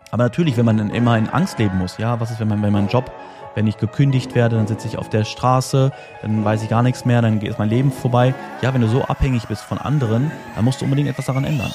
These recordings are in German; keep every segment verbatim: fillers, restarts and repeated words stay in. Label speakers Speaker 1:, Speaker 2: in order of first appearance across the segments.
Speaker 1: Aber natürlich, wenn man dann immer in Angst leben muss, ja, was ist, wenn man, wenn mein Job, wenn ich gekündigt werde, dann sitze ich auf der Straße, dann weiß ich gar nichts mehr, dann ist mein Leben vorbei. Ja, wenn du so abhängig bist von anderen, dann musst du unbedingt etwas daran ändern.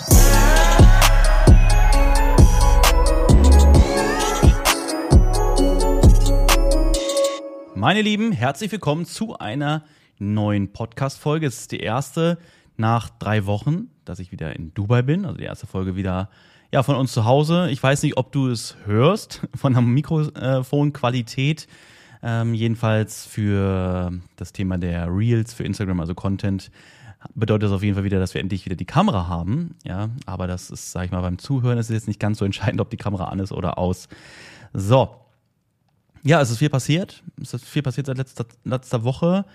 Speaker 1: Meine Lieben, herzlich willkommen zu einer neuen Podcast-Folge. Es ist die erste nach drei Wochen, dass ich wieder in Dubai bin, also die erste Folge wieder ja, von uns zu Hause. Ich weiß nicht, ob du es hörst von der Mikrofonqualität. Ähm, jedenfalls für das Thema der Reels für Instagram, also Content, bedeutet das auf jeden Fall wieder, dass wir endlich wieder die Kamera haben. Ja, aber das ist, sag ich mal, beim Zuhören ist es jetzt nicht ganz so entscheidend, ob die Kamera an ist oder aus. So. Ja, es ist viel passiert. Es ist viel passiert seit letzter, letzter Woche.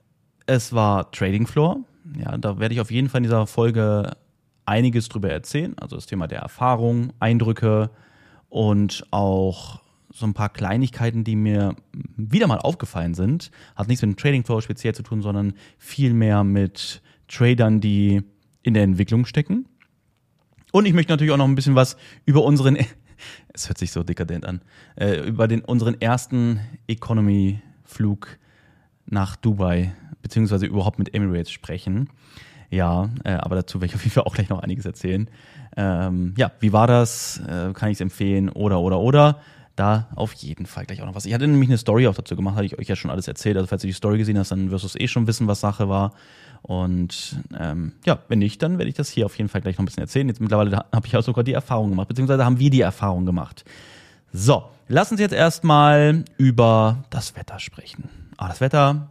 Speaker 1: Es war Trading Floor. Ja, da werde ich auf jeden Fall in dieser Folge einiges drüber erzählen, also das Thema der Erfahrung, Eindrücke und auch so ein paar Kleinigkeiten, die mir wieder mal aufgefallen sind. Hat nichts mit dem Trading Floor speziell zu tun, sondern vielmehr mit Tradern, die in der Entwicklung stecken. Und ich möchte natürlich auch noch ein bisschen was über unseren, es hört sich so dekadent an, äh, über den, unseren ersten Economy-Flug nach Dubai, beziehungsweise überhaupt mit Emirates sprechen. Ja, äh, aber dazu werde ich auf jeden Fall auch gleich noch einiges erzählen. Ähm, ja, wie war das? Äh, kann ich es empfehlen? Oder, oder, oder? Da auf jeden Fall gleich auch noch was. Ich hatte nämlich eine Story auch dazu gemacht, hatte ich euch ja schon alles erzählt. Also falls du die Story gesehen hast, dann wirst du es eh schon wissen, was Sache war. Und ähm, ja, wenn nicht, dann werde ich das hier auf jeden Fall gleich noch ein bisschen erzählen. Jetzt mittlerweile habe ich auch sogar die Erfahrung gemacht, beziehungsweise haben wir die Erfahrung gemacht. So, lass uns jetzt erstmal über das Wetter sprechen. Ah, das Wetter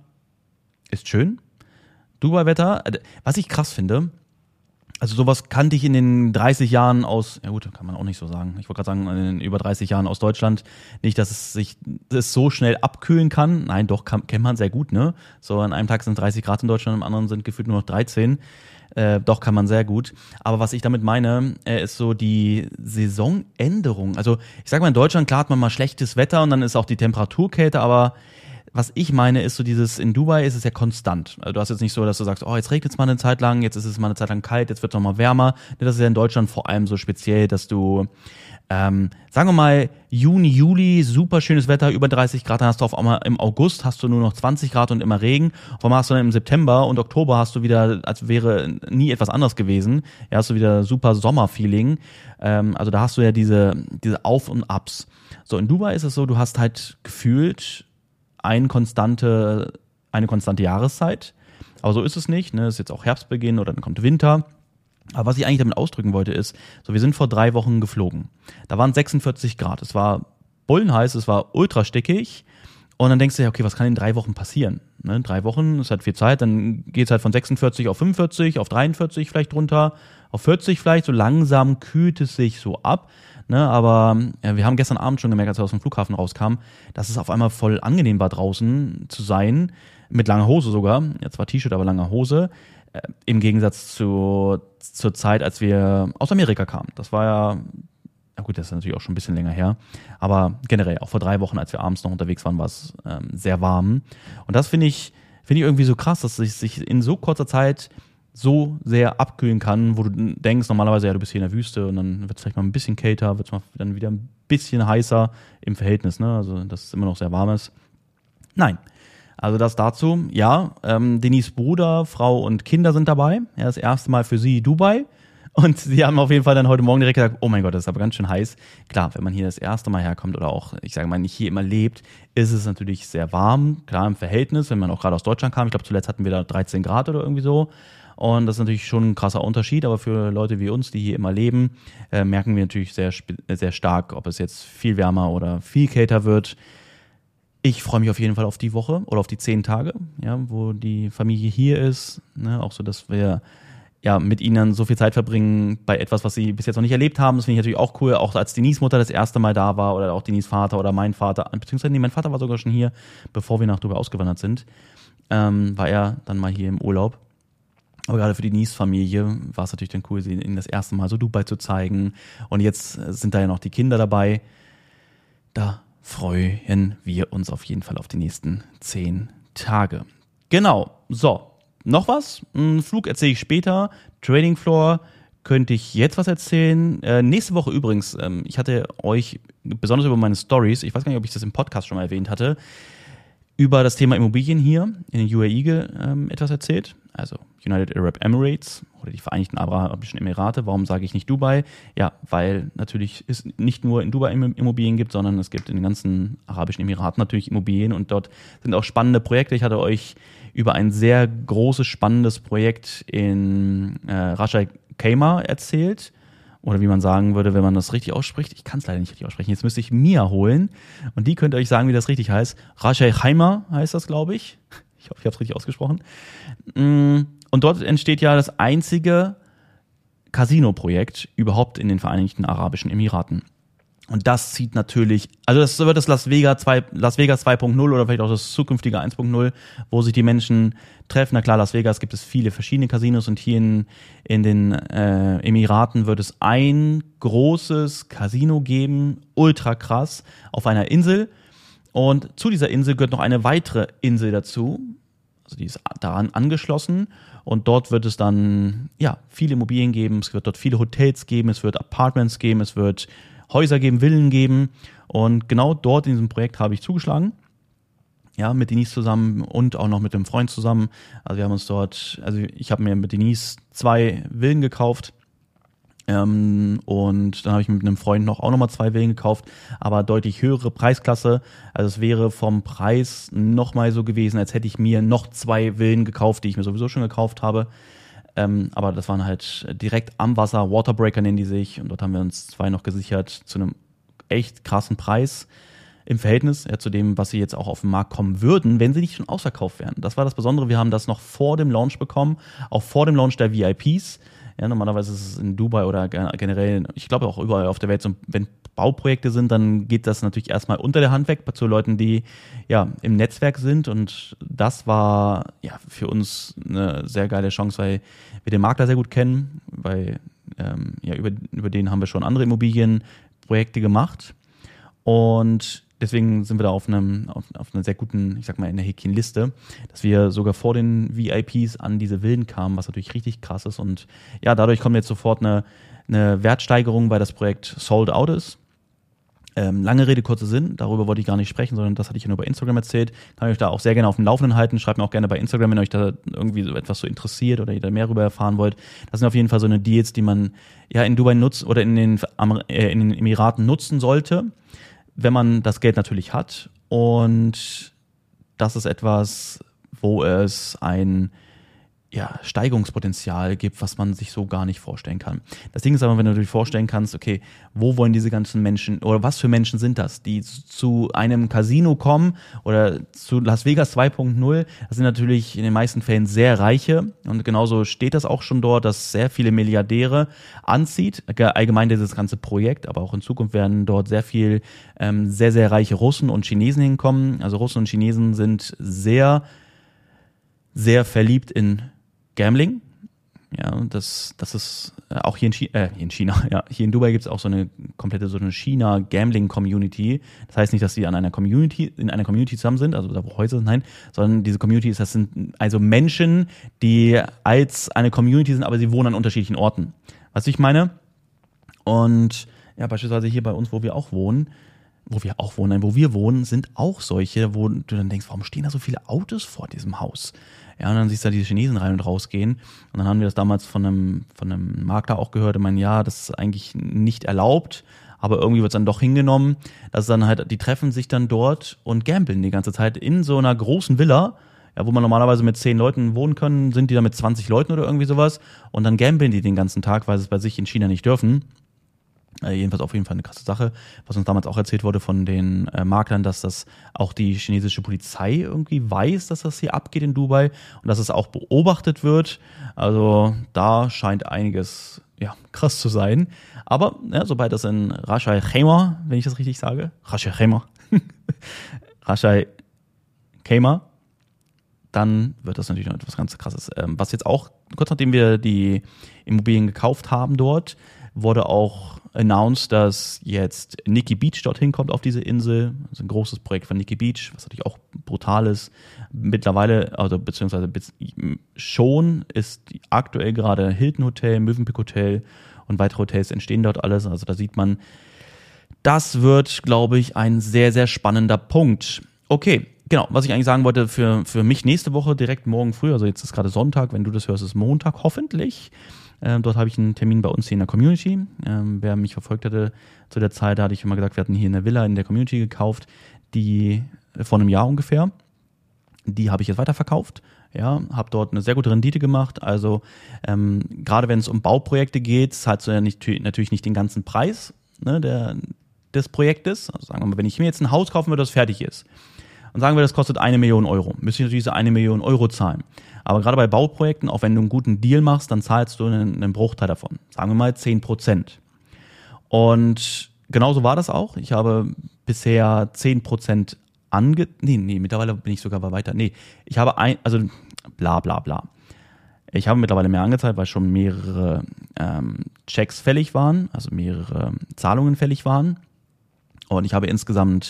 Speaker 1: ist schön. Dubai-Wetter, was ich krass finde, also sowas kannte ich in den dreißig Jahren aus, ja gut, kann man auch nicht so sagen, ich wollte gerade sagen, in den über dreißig Jahren aus Deutschland, nicht, dass es sich das so schnell abkühlen kann, nein, doch, kann, kennt man sehr gut, ne, so an einem Tag sind dreißig Grad in Deutschland, am anderen sind gefühlt nur noch dreizehn, äh, doch, kann man sehr gut, aber was ich damit meine, äh, ist so die Saisonänderung, also ich sag mal, in Deutschland, klar hat man mal schlechtes Wetter und dann ist auch die Temperatur kälter, aber was ich meine, ist so dieses, in Dubai ist es ja konstant. Also du hast jetzt nicht so, dass du sagst, oh, jetzt regnet es mal eine Zeit lang, jetzt ist es mal eine Zeit lang kalt, jetzt wird es nochmal wärmer. Das ist ja in Deutschland vor allem so speziell, dass du, ähm, sagen wir mal, Juni, Juli, super schönes Wetter, über dreißig Grad, dann hast du auf einmal im August hast du nur noch zwanzig Grad und immer Regen. Auf einmal hast du dann im September und Oktober hast du wieder, als wäre nie etwas anderes gewesen, ja, hast du wieder super Sommerfeeling. Ähm, also da hast du ja diese, diese Auf und Abs. So, in Dubai ist es so, du hast halt gefühlt Eine konstante, eine konstante Jahreszeit. Aber so ist es nicht. Ne? Es ist jetzt auch Herbstbeginn oder dann kommt Winter. Aber was ich eigentlich damit ausdrücken wollte ist, so wir sind vor drei Wochen geflogen. Da waren sechsundvierzig Grad. Es war bullenheiß, es war ultra stickig. Und dann denkst du ja, okay, was kann in drei Wochen passieren? Ne? Drei Wochen ist halt viel Zeit. Dann geht es halt von sechsundvierzig auf fünfundvierzig, auf dreiundvierzig vielleicht runter, auf vierzig vielleicht. So langsam kühlt es sich so ab. Ne, aber ja, wir haben gestern Abend schon gemerkt, als wir aus dem Flughafen rauskamen, dass es auf einmal voll angenehm war, draußen zu sein, mit langer Hose sogar, ja zwar T-Shirt, aber langer Hose, äh, im Gegensatz zu, zur Zeit, als wir aus Amerika kamen. Das war ja, ja gut, das ist natürlich auch schon ein bisschen länger her, aber generell, auch vor drei Wochen, als wir abends noch unterwegs waren, war es ähm, sehr warm. Und das finde ich, finde ich irgendwie so krass, dass es sich in so kurzer Zeit so sehr abkühlen kann, wo du denkst, normalerweise, ja, du bist hier in der Wüste und dann wird es vielleicht mal ein bisschen kälter, wird es mal dann wieder ein bisschen heißer im Verhältnis, ne? Also, dass es immer noch sehr warm ist. Nein. Also das dazu, ja, ähm, Denis Bruder, Frau und Kinder sind dabei. Ja, das erste Mal für sie Dubai. Und sie haben auf jeden Fall dann heute Morgen direkt gesagt, oh mein Gott, das ist aber ganz schön heiß. Klar, wenn man hier das erste Mal herkommt oder auch, ich sage mal, nicht hier immer lebt, ist es natürlich sehr warm, klar im Verhältnis, wenn man auch gerade aus Deutschland kam. Ich glaube, zuletzt hatten wir da dreizehn Grad oder irgendwie so. Und das ist natürlich schon ein krasser Unterschied, aber für Leute wie uns, die hier immer leben, äh, merken wir natürlich sehr, sehr stark, ob es jetzt viel wärmer oder viel kälter wird. Ich freue mich auf jeden Fall auf die Woche oder auf die zehn Tage, ja, wo die Familie hier ist, ne, auch so, dass wir ja mit ihnen so viel Zeit verbringen bei etwas, was sie bis jetzt noch nicht erlebt haben. Das finde ich natürlich auch cool, auch als Denis Mutter das erste Mal da war oder auch Denis Vater oder mein Vater, beziehungsweise nee, mein Vater war sogar schon hier, bevor wir nach Dubai ausgewandert sind, ähm, war er dann mal hier im Urlaub. Aber gerade für die Denis-Familie war es natürlich dann cool, ihnen das erste Mal so Dubai zu zeigen. Und jetzt sind da ja noch die Kinder dabei. Da freuen wir uns auf jeden Fall auf die nächsten zehn Tage. Genau, so, noch was? Einen Flug erzähle ich später. Trading Floor könnte ich jetzt was erzählen. Äh, nächste Woche übrigens, ähm, ich hatte euch besonders über meine Stories, ich weiß gar nicht, ob ich das im Podcast schon mal erwähnt hatte, über das Thema Immobilien hier in den U A E ähm, etwas erzählt. Also United Arab Emirates oder die Vereinigten Arabischen Emirate. Warum sage ich nicht Dubai? Ja, weil natürlich es nicht nur in Dubai Immobilien gibt, sondern es gibt in den ganzen Arabischen Emiraten natürlich Immobilien und dort sind auch spannende Projekte. Ich hatte euch über ein sehr großes, spannendes Projekt in äh, Ras Al Khaimah erzählt. Oder wie man sagen würde, wenn man das richtig ausspricht. Ich kann es leider nicht richtig aussprechen. Jetzt müsste ich Mia holen. Und die könnte euch sagen, wie das richtig heißt. Ras Al Khaimah heißt das, glaube ich. Ich hoffe, ich habe es richtig ausgesprochen. Und dort entsteht ja das einzige Casino-Projekt überhaupt in den Vereinigten Arabischen Emiraten. Und das zieht natürlich, also das wird das Las Vegas zwei, Las Vegas zwei Punkt null oder vielleicht auch das zukünftige eins Punkt null, wo sich die Menschen treffen. Na klar, Las Vegas gibt es viele verschiedene Casinos und hier in, in den äh, Emiraten wird es ein großes Casino geben, ultra krass, auf einer Insel. Und zu dieser Insel gehört noch eine weitere Insel dazu, also die ist daran angeschlossen. Und dort wird es dann ja viele Immobilien geben, es wird dort viele Hotels geben, es wird Apartments geben, es wird Häuser geben, Villen geben. Und genau dort in diesem Projekt habe ich zugeschlagen. Ja, mit Denise zusammen und auch noch mit einem Freund zusammen. Also wir haben uns dort, also ich habe mir mit Denise zwei Villen gekauft. Ähm, und dann habe ich mit einem Freund noch auch nochmal zwei Villen gekauft, aber deutlich höhere Preisklasse. Also es wäre vom Preis nochmal so gewesen, als hätte ich mir noch zwei Villen gekauft, die ich mir sowieso schon gekauft habe. Ähm, aber das waren halt direkt am Wasser, Waterbreaker nennen die sich. Und dort haben wir uns zwei noch gesichert zu einem echt krassen Preis im Verhältnis ja, zu dem, was sie jetzt auch auf den Markt kommen würden, wenn sie nicht schon ausverkauft wären. Das war das Besondere. Wir haben das noch vor dem Launch bekommen, auch vor dem Launch der V I Ps. Ja, normalerweise ist es in Dubai oder generell, ich glaube auch überall auf der Welt, so, wenn Bauprojekte sind, dann geht das natürlich erstmal unter der Hand weg zu Leuten, die ja im Netzwerk sind. Und das war ja für uns eine sehr geile Chance, weil wir den Makler sehr gut kennen, weil ähm, ja über, über den haben wir schon andere Immobilienprojekte gemacht. Und deswegen sind wir da auf einem auf, auf einer sehr guten, ich sag mal in der Häkchen-Liste, dass wir sogar vor den V I Ps an diese Villen kamen, was natürlich richtig krass ist. Und ja, dadurch kommt jetzt sofort eine, eine Wertsteigerung, weil das Projekt sold out ist. Ähm, lange Rede, kurzer Sinn, darüber wollte ich gar nicht sprechen, sondern das hatte ich ja nur bei Instagram erzählt. Kann ich euch da auch sehr gerne auf dem Laufenden halten. Schreibt mir auch gerne bei Instagram, wenn euch da irgendwie so etwas so interessiert oder ihr da mehr darüber erfahren wollt. Das sind auf jeden Fall so eine Deals, die man ja in Dubai nutzt oder in den, äh, in den Emiraten nutzen sollte, wenn man das Geld natürlich hat. Und das ist etwas, wo es ein ja, Steigerungspotenzial gibt, was man sich so gar nicht vorstellen kann. Das Ding ist aber, wenn du dir vorstellen kannst, okay, wo wollen diese ganzen Menschen oder was für Menschen sind das, die zu einem Casino kommen oder zu Las Vegas zwei Punkt null, das sind natürlich in den meisten Fällen sehr Reiche und genauso steht das auch schon dort, dass sehr viele Milliardäre anzieht, allgemein dieses ganze Projekt, aber auch in Zukunft werden dort sehr viel, ähm, sehr, sehr reiche Russen und Chinesen hinkommen. Also Russen und Chinesen sind sehr, sehr verliebt in Gambling, ja, das, das ist auch hier in, China, äh, hier in China, ja, hier in Dubai gibt es auch so eine komplette so eine China-Gambling-Community. Das heißt nicht, dass sie an einer Community, in einer Community zusammen sind, also da wo Häuser sind, nein, sondern diese Community ist, das sind also Menschen, die als eine Community sind, aber sie wohnen an unterschiedlichen Orten. Was ich meine? Und ja, beispielsweise hier bei uns, wo wir auch wohnen, wo wir auch wohnen, nein, wo wir wohnen, sind auch solche, wo du dann denkst, warum stehen da so viele Autos vor diesem Haus? Ja, und dann siehst du da diese Chinesen rein und rausgehen. Und dann haben wir das damals von einem, von einem Makler auch gehört. Ich meine, ja, das ist eigentlich nicht erlaubt, aber irgendwie wird es dann doch hingenommen. Das ist dann halt, die treffen sich dann dort und gambeln die ganze Zeit in so einer großen Villa, ja, wo man normalerweise mit zehn Leuten wohnen können, sind die da mit zwanzig Leuten oder irgendwie sowas. Und dann gambeln die den ganzen Tag, weil sie es bei sich in China nicht dürfen. Äh, jedenfalls auf jeden Fall eine krasse Sache, was uns damals auch erzählt wurde von den äh, Maklern, dass das auch die chinesische Polizei irgendwie weiß, dass das hier abgeht in Dubai und dass es auch beobachtet wird. Also da scheint einiges ja krass zu sein. Aber ja, sobald das in Ras Al Khaimah, wenn ich das richtig sage, Ras Al Khaimah, Ras Al Khaimah, dann wird das natürlich noch etwas ganz Krasses. Ähm, was jetzt auch, kurz nachdem wir die Immobilien gekauft haben dort, wurde auch announced, dass jetzt Nikki Beach dorthin kommt auf diese Insel. Das ist ein großes Projekt von Nikki Beach, was natürlich auch brutal ist. Mittlerweile, also beziehungsweise schon ist aktuell gerade Hilton Hotel, Mövenpick Hotel und weitere Hotels entstehen dort alles. Also da sieht man, das wird, glaube ich, ein sehr, sehr spannender Punkt. Okay, genau, was ich eigentlich sagen wollte, für, für mich nächste Woche direkt morgen früh, also jetzt ist gerade Sonntag, wenn du das hörst, ist Montag, hoffentlich. Ähm, dort habe ich einen Termin bei uns hier in der Community. Ähm, wer mich verfolgt hatte zu der Zeit, da hatte ich immer gesagt, wir hatten hier eine Villa in der Community gekauft, die vor einem Jahr ungefähr. Die habe ich jetzt weiterverkauft. Ja, habe dort eine sehr gute Rendite gemacht. Also ähm, gerade wenn es um Bauprojekte geht, zahlst du ja nicht, natürlich nicht den ganzen Preis, ne, der, des Projektes. Also sagen wir mal, wenn ich mir jetzt ein Haus kaufen würde, das fertig ist, und sagen wir, das kostet eine Million Euro, müsste ich natürlich diese eine Million Euro zahlen. Aber gerade bei Bauprojekten, auch wenn du einen guten Deal machst, dann zahlst du einen, einen Bruchteil davon. Sagen wir mal zehn Prozent. Und genauso war das auch. Ich habe bisher zehn Prozent ange... Nee, nee, mittlerweile bin ich sogar weiter. Nee, ich habe ein... Also bla bla bla. Ich habe mittlerweile mehr angezahlt, weil schon mehrere ähm, Checks fällig waren, also mehrere Zahlungen fällig waren. Und ich habe insgesamt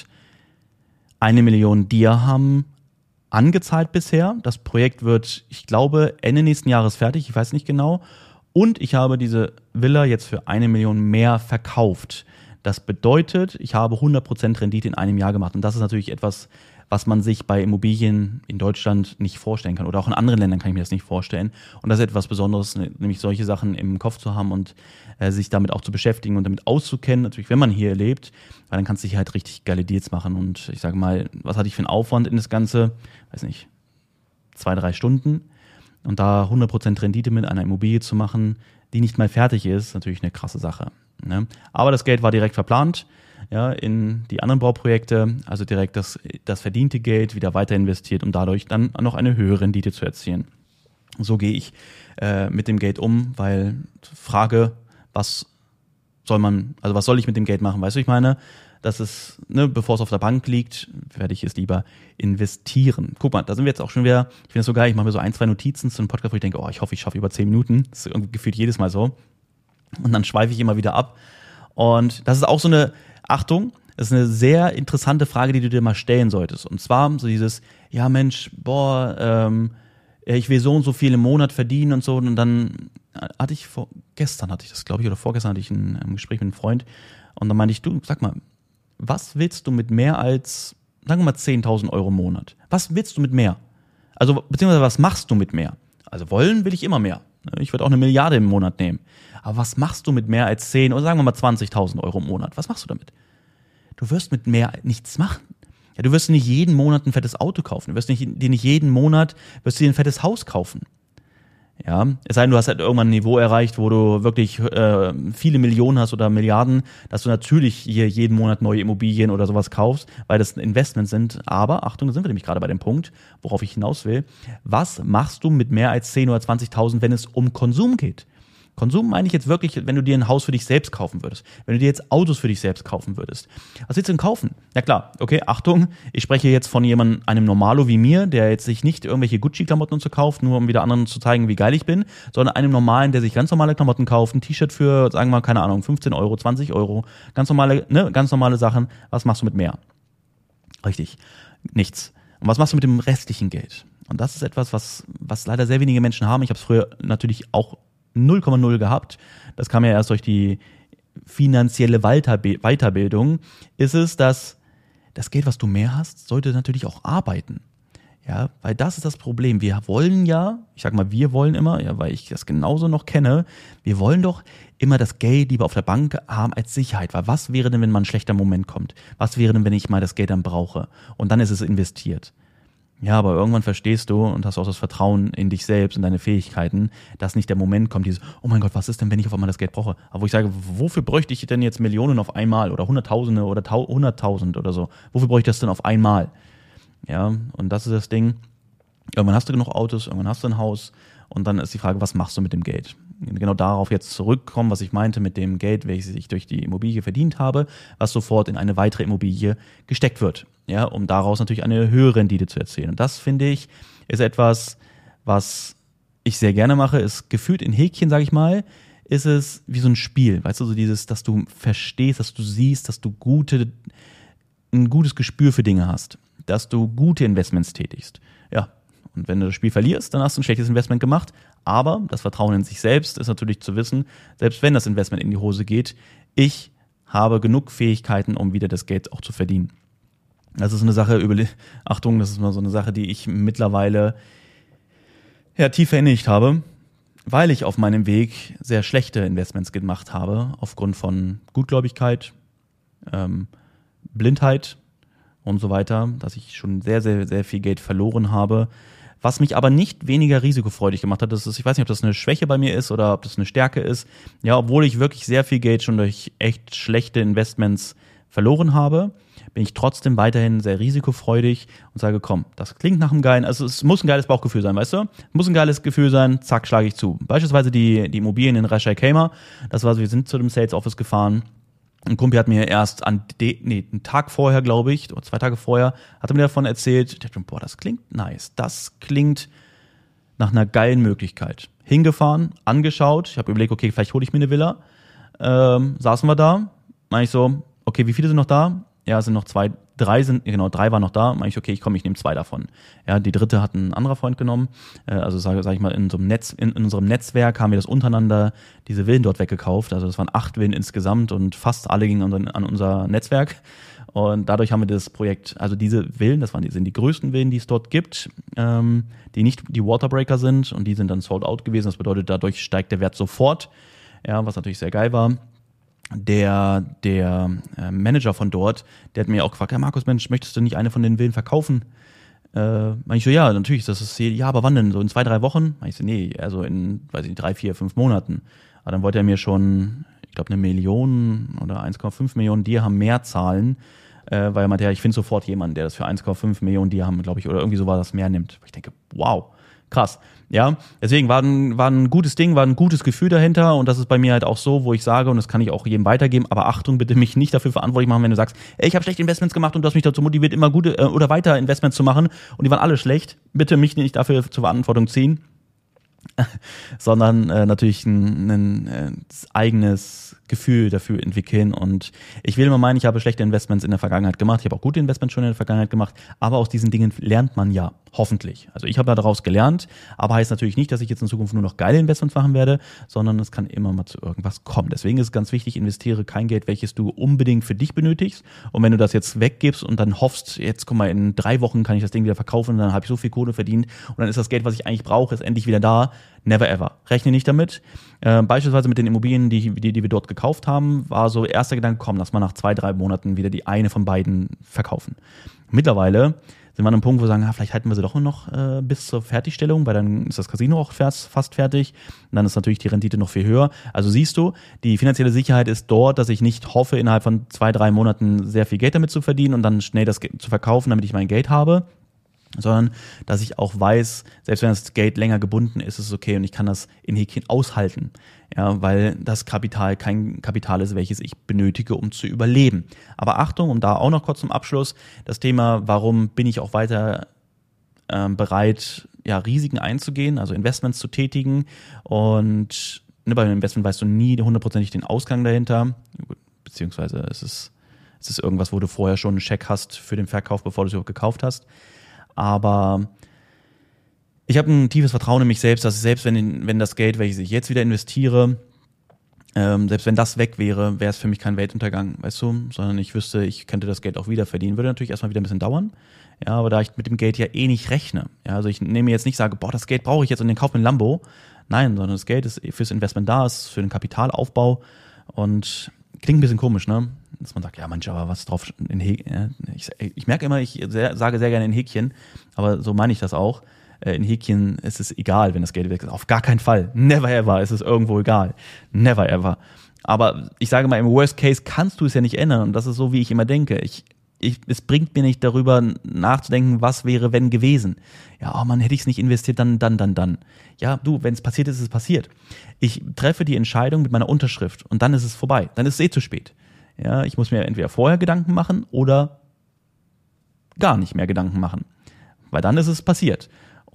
Speaker 1: eine Million Dirham angezahlt bisher. Das Projekt wird, ich glaube, Ende nächsten Jahres fertig. Ich weiß nicht genau. Und ich habe diese Villa jetzt für eine Million mehr verkauft. Das bedeutet, ich habe hundert Prozent Rendite in einem Jahr gemacht. Und das ist natürlich etwas, was man sich bei Immobilien in Deutschland nicht vorstellen kann. Oder auch in anderen Ländern kann ich mir das nicht vorstellen. Und das ist etwas Besonderes, nämlich solche Sachen im Kopf zu haben und äh, sich damit auch zu beschäftigen und damit auszukennen. Natürlich, wenn man hier lebt, weil dann kannst du hier halt richtig geile Deals machen. Und ich sage mal, was hatte ich für einen Aufwand in das Ganze? Weiß nicht, zwei, drei Stunden. Und da hundert Prozent Rendite mit einer Immobilie zu machen, die nicht mal fertig ist, ist natürlich eine krasse Sache. Ne? Aber das Geld war direkt verplant, ja, in die anderen Bauprojekte, also direkt das, das verdiente Geld wieder weiter investiert, um dadurch dann noch eine höhere Rendite zu erzielen. So gehe ich äh, mit dem Geld um, weil Frage, was soll man, also was soll ich mit dem Geld machen, weißt du, ich meine, das ist, ne, bevor es auf der Bank liegt, werde ich es lieber investieren. Guck mal, da sind wir jetzt auch schon wieder, ich finde das so geil, ich mache mir so ein, zwei Notizen zu einem Podcast, wo ich denke, oh, ich hoffe, ich schaffe über zehn Minuten, das ist irgendwie gefühlt jedes Mal so. Und dann schweife ich immer wieder ab. Und das ist auch so eine, Achtung, das ist eine sehr interessante Frage, die du dir mal stellen solltest. Und zwar so dieses, ja Mensch, boah, ähm, ich will so und so viel im Monat verdienen und so. Und dann hatte ich, vor, gestern hatte ich das, glaube ich, oder vorgestern hatte ich ein, ein Gespräch mit einem Freund. Und dann meinte ich, du, sag mal, was willst du mit mehr als, sagen wir mal, zehntausend Euro im Monat? Was willst du mit mehr? Also, beziehungsweise, was machst du mit mehr? Also, wollen will ich immer mehr. Ich würde auch eine Milliarde im Monat nehmen. Aber was machst du mit mehr als zehn oder sagen wir mal zwanzigtausend Euro im Monat? Was machst du damit? Du wirst mit mehr nichts machen. Ja, du wirst nicht jeden Monat ein fettes Auto kaufen. Du wirst nicht, dir nicht jeden Monat wirst du dir ein fettes Haus kaufen. Ja, es sei denn, du hast halt irgendwann ein Niveau erreicht, wo du wirklich äh, viele Millionen hast oder Milliarden, dass du natürlich hier jeden Monat neue Immobilien oder sowas kaufst, weil das Investments sind. Aber, Achtung, da sind wir nämlich gerade bei dem Punkt, worauf ich hinaus will. Was machst du mit mehr als zehn oder zwanzigtausend, wenn es um Konsum geht? Konsum meine ich jetzt wirklich, wenn du dir ein Haus für dich selbst kaufen würdest. Wenn du dir jetzt Autos für dich selbst kaufen würdest. Was willst du denn kaufen? Ja klar, okay, Achtung, ich spreche jetzt von jemandem, einem Normalo wie mir, der jetzt sich nicht irgendwelche Gucci-Klamotten und so kauft, nur um wieder anderen zu zeigen, wie geil ich bin, sondern einem Normalen, der sich ganz normale Klamotten kauft, ein T-Shirt für, sagen wir mal, keine Ahnung, fünfzehn Euro, zwanzig Euro, ganz normale, ne, ganz normale Sachen. Was machst du mit mehr? Richtig, nichts. Und was machst du mit dem restlichen Geld? Und das ist etwas, was, was leider sehr wenige Menschen haben. Ich habe es früher natürlich auch null Komma null gehabt. Das kam ja erst durch die finanzielle Weiterbildung. Ist es, dass das Geld, was du mehr hast, sollte natürlich auch arbeiten. Ja, weil das ist das Problem. Wir wollen ja, ich sag mal, wir wollen immer, ja, weil ich das genauso noch kenne, wir wollen doch immer das Geld lieber auf der Bank haben als Sicherheit. Weil was wäre denn, wenn mal ein schlechter Moment kommt? Was wäre denn, wenn ich mal das Geld dann brauche? Und dann ist es investiert. Ja, aber irgendwann verstehst du und hast auch das Vertrauen in dich selbst und deine Fähigkeiten, dass nicht der Moment kommt, dieses, oh mein Gott, was ist denn, wenn ich auf einmal das Geld brauche? Aber wo ich sage, wofür bräuchte ich denn jetzt Millionen auf einmal oder Hunderttausende oder Hunderttausend oder so? Wofür bräuchte ich das denn auf einmal? Ja, und das ist das Ding. Irgendwann hast du genug Autos, irgendwann hast du ein Haus und dann ist die Frage, was machst du mit dem Geld? Genau darauf jetzt zurückkommen, was ich meinte mit dem Geld, welches ich durch die Immobilie verdient habe, was sofort in eine weitere Immobilie gesteckt wird, ja, um daraus natürlich eine höhere Rendite zu erzielen. Und das, finde ich, ist etwas, was ich sehr gerne mache, ist gefühlt in Häkchen, sage ich mal, ist es wie so ein Spiel, weißt du, so dieses, dass du verstehst, dass du siehst, dass du gute, ein gutes Gespür für Dinge hast, dass du gute Investments tätigst. Ja, und wenn du das Spiel verlierst, dann hast du ein schlechtes Investment gemacht, aber das Vertrauen in sich selbst ist natürlich zu wissen, selbst wenn das Investment in die Hose geht, ich habe genug Fähigkeiten, um wieder das Geld auch zu verdienen. Das ist eine Sache, über, Achtung, das ist mal so eine Sache, die ich mittlerweile ja, tief verinnerlicht habe, weil ich auf meinem Weg sehr schlechte Investments gemacht habe, aufgrund von Gutgläubigkeit, ähm, Blindheit und so weiter, dass ich schon sehr, sehr, sehr viel Geld verloren habe, was mich aber nicht weniger risikofreudig gemacht hat. Das ist, ich weiß nicht, ob das eine Schwäche bei mir ist oder ob das eine Stärke ist. Ja, obwohl ich wirklich sehr viel Geld schon durch echt schlechte Investments verloren habe, bin ich trotzdem weiterhin sehr risikofreudig und sage, komm, das klingt nach einem geilen, also es muss ein geiles Bauchgefühl sein, weißt du? Muss ein geiles Gefühl sein, zack, schlage ich zu. Beispielsweise die, die Immobilien in Ras Al Khaimah, das war so, wir sind zu dem Sales Office gefahren. Ein Kumpel hat mir erst an, de, nee, einen Tag vorher, glaube ich, oder zwei Tage vorher, hat er mir davon erzählt. Ich dachte, boah, das klingt nice. Das klingt nach einer geilen Möglichkeit. Hingefahren, angeschaut. Ich habe überlegt, okay, vielleicht hole ich mir eine Villa. Ähm, saßen wir da. Meine ich so, okay, wie viele sind noch da? Ja, es sind noch zwei, drei sind, genau, drei waren noch da. Meine ich, okay, ich komme, ich nehme zwei davon. Ja, die dritte hat ein anderer Freund genommen. Äh, also sage sag ich mal, in so einem Netz, in, in unserem Netzwerk haben wir das untereinander, diese Villen dort weggekauft. Also das waren acht Villen insgesamt und fast alle gingen an, an unser Netzwerk. Und dadurch haben wir das Projekt, also diese Villen, das waren die, sind die größten Villen, die es dort gibt, ähm, die nicht die Waterbreaker sind und die sind dann sold out gewesen. Das bedeutet, dadurch steigt der Wert sofort. Ja, was natürlich sehr geil war. Der, der äh, Manager von dort, der hat mir auch gefragt, ja Markus, Mensch, möchtest du nicht eine von den Villen verkaufen? Äh, meine ich so, ja, natürlich, das ist, ja, aber wann denn? So in zwei, drei Wochen? Meine ich so, nee, also in, weiß ich nicht, drei, vier, fünf Monaten. Aber dann wollte er mir schon, ich glaube, eine Million oder eins Komma fünf Millionen Dirham mehr zahlen, äh, weil er meinte, ja, ich finde sofort jemanden, der das für eins Komma fünf Millionen Dirham, glaube ich, oder irgendwie so war das mehr nimmt. Ich denke, wow, krass. Ja, deswegen war ein, war ein gutes Ding, war ein gutes Gefühl dahinter und das ist bei mir halt auch so, wo ich sage, und das kann ich auch jedem weitergeben, aber Achtung, bitte mich nicht dafür verantwortlich machen, wenn du sagst, ey, ich habe schlechte Investments gemacht und du hast mich dazu motiviert, immer gute äh, oder weiter Investments zu machen und die waren alle schlecht. Bitte mich nicht dafür zur Verantwortung ziehen, sondern äh, natürlich ein, ein äh, eigenes Gefühl dafür entwickeln und ich will immer meinen, ich habe schlechte Investments in der Vergangenheit gemacht, ich habe auch gute Investments schon in der Vergangenheit gemacht, aber aus diesen Dingen lernt man ja, hoffentlich. Also ich habe ja daraus gelernt, aber heißt natürlich nicht, dass ich jetzt in Zukunft nur noch geile Investments machen werde, sondern es kann immer mal zu irgendwas kommen. Deswegen ist es ganz wichtig, investiere kein Geld, welches du unbedingt für dich benötigst und wenn du das jetzt weggibst und dann hoffst, jetzt guck mal, in drei Wochen kann ich das Ding wieder verkaufen und dann habe ich so viel Kohle verdient und dann ist das Geld, was ich eigentlich brauche, ist endlich wieder da. Never ever. Rechne nicht damit. Äh, beispielsweise mit den Immobilien, die, die, die wir dort gekauft haben, war so erster Gedanke, komm, lass mal nach zwei, drei Monaten wieder die eine von beiden verkaufen. Mittlerweile sind wir an einem Punkt, wo wir sagen, ja, vielleicht halten wir sie doch nur noch äh, bis zur Fertigstellung, weil dann ist das Casino auch fast, fast fertig. Und dann ist natürlich die Rendite noch viel höher. Also siehst du, die finanzielle Sicherheit ist dort, dass ich nicht hoffe, innerhalb von zwei, drei Monaten sehr viel Geld damit zu verdienen und dann schnell das zu verkaufen, damit ich mein Geld habe, sondern dass ich auch weiß, selbst wenn das Geld länger gebunden ist, ist es okay und ich kann das in Häkchen aushalten, ja, weil das Kapital kein Kapital ist, welches ich benötige, um zu überleben. Aber Achtung, um da auch noch kurz zum Abschluss, das Thema, warum bin ich auch weiter ähm, bereit, ja, Risiken einzugehen, also Investments zu tätigen und ne, bei einem Investment weißt du nie hundertprozentig den Ausgang dahinter, beziehungsweise es ist, es ist irgendwas, wo du vorher schon einen Scheck hast für den Verkauf, bevor du es überhaupt gekauft hast. Aber ich habe ein tiefes Vertrauen in mich selbst, dass selbst wenn, wenn das Geld, welches ich jetzt wieder investiere, ähm, selbst wenn das weg wäre, wäre es für mich kein Weltuntergang, weißt du, sondern ich wüsste, ich könnte das Geld auch wieder verdienen. Würde natürlich erstmal wieder ein bisschen dauern, ja, aber da ich mit dem Geld ja eh nicht rechne, ja, also ich nehme jetzt nicht, sage, boah, das Geld brauche ich jetzt und den kaufe mir ein Lambo, nein, sondern das Geld ist fürs Investment da, ist für den Kapitalaufbau und klingt ein bisschen komisch, ne? Dass man sagt, ja Mensch, aber was drauf in Häkchen. Ich, ich merke immer, ich sehr, sage sehr gerne in Häkchen, aber so meine ich das auch. In Häkchen ist es egal, wenn das Geld weg ist. Auf gar keinen Fall. Never ever ist es irgendwo egal. Never ever. Aber ich sage mal, im Worst Case kannst du es ja nicht ändern. Und das ist so, wie ich immer denke. Ich, ich, es bringt mir nicht darüber nachzudenken, was wäre, wenn gewesen. Ja, oh Mann, hätte ich es nicht investiert, dann, dann, dann, dann. Ja, du, wenn es passiert ist, ist es passiert. Ich treffe die Entscheidung mit meiner Unterschrift und dann ist es vorbei. Dann ist es eh zu spät. Ja, ich muss mir entweder vorher Gedanken machen oder gar nicht mehr Gedanken machen. Weil dann ist es passiert.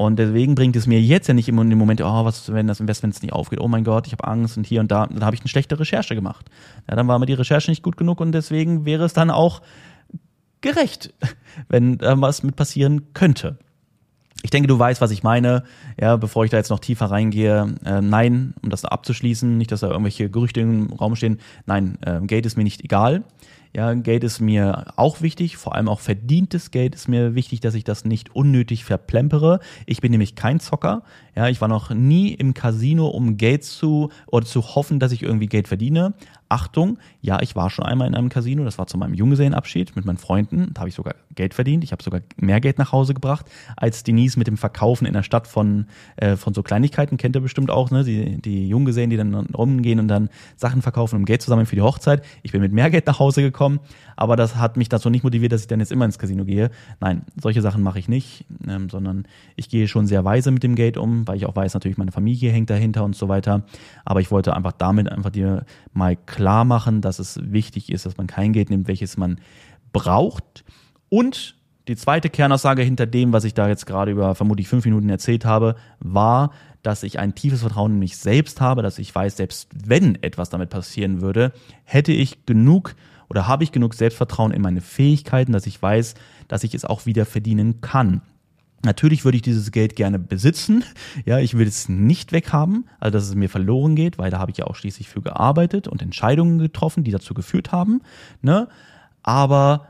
Speaker 1: Und deswegen bringt es mir jetzt ja nicht immer in dem Moment, oh, was, wenn das Investment nicht aufgeht, oh mein Gott, ich habe Angst und hier und da. Dann habe ich eine schlechte Recherche gemacht. Ja, dann war mir die Recherche nicht gut genug und deswegen wäre es dann auch gerecht, wenn da was mit passieren könnte. Ich denke, du weißt, was ich meine. Ja, bevor ich da jetzt noch tiefer reingehe, äh, nein, um das abzuschließen, nicht, dass da irgendwelche Gerüchte im Raum stehen. Nein, äh, Geld ist mir nicht egal. Ja, Geld ist mir auch wichtig, vor allem auch verdientes Geld ist mir wichtig, dass ich das nicht unnötig verplempere. Ich bin nämlich kein Zocker. Ja, ich war noch nie im Casino, um Geld zu oder zu hoffen, dass ich irgendwie Geld verdiene. Achtung, ja, ich war schon einmal in einem Casino, das war zu meinem Junggesellenabschied mit meinen Freunden, da habe ich sogar Geld verdient, ich habe sogar mehr Geld nach Hause gebracht, als Denise mit dem Verkaufen in der Stadt von äh, von so Kleinigkeiten, kennt ihr bestimmt auch, ne? die, die Junggesellen, die dann rumgehen und dann Sachen verkaufen, um Geld zu sammeln für die Hochzeit. Ich bin mit mehr Geld nach Hause gekommen, aber das hat mich dazu nicht motiviert, dass ich dann jetzt immer ins Casino gehe. Nein, solche Sachen mache ich nicht, ähm, sondern ich gehe schon sehr weise mit dem Geld um, weil ich auch weiß, natürlich meine Familie hängt dahinter und so weiter, aber ich wollte einfach damit einfach dir mal klar machen, dass es wichtig ist, dass man kein Geld nimmt, welches man braucht. Und die zweite Kernaussage hinter dem, was ich da jetzt gerade über vermutlich fünf Minuten erzählt habe, war, dass ich ein tiefes Vertrauen in mich selbst habe, dass ich weiß, selbst wenn etwas damit passieren würde, hätte ich genug oder habe ich genug Selbstvertrauen in meine Fähigkeiten, dass ich weiß, dass ich es auch wieder verdienen kann. Natürlich würde ich dieses Geld gerne besitzen. Ja, ich will es nicht weghaben, also dass es mir verloren geht, weil da habe ich ja auch schließlich für gearbeitet und Entscheidungen getroffen, die dazu geführt haben. Ne? Aber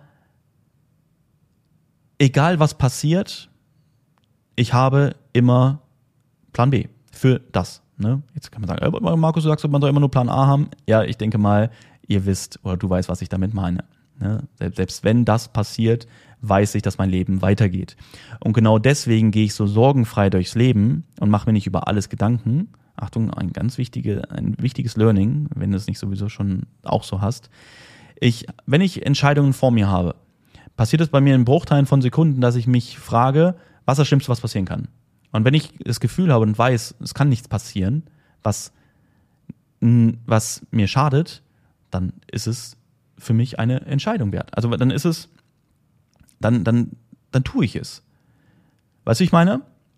Speaker 1: egal was passiert, ich habe immer Plan B für das. Ne? Jetzt kann man sagen, äh, Markus, du sagst, man soll immer nur Plan A haben. Ja, ich denke mal, ihr wisst oder du weißt, was ich damit meine. Ne? Selbst wenn das passiert, weiß ich, dass mein Leben weitergeht. Und genau deswegen gehe ich so sorgenfrei durchs Leben und mache mir nicht über alles Gedanken. Achtung, ein ganz wichtige, ein wichtiges Learning, wenn du es nicht sowieso schon auch so hast. Ich, wenn ich Entscheidungen vor mir habe, passiert es bei mir in Bruchteilen von Sekunden, dass ich mich frage, was ist das Schlimmste, was passieren kann? Und wenn ich das Gefühl habe und weiß, es kann nichts passieren, was, was mir schadet, dann ist es für mich eine Entscheidung wert. Also dann ist es Dann, dann, dann tue ich es. Weißt du, wie ich meine?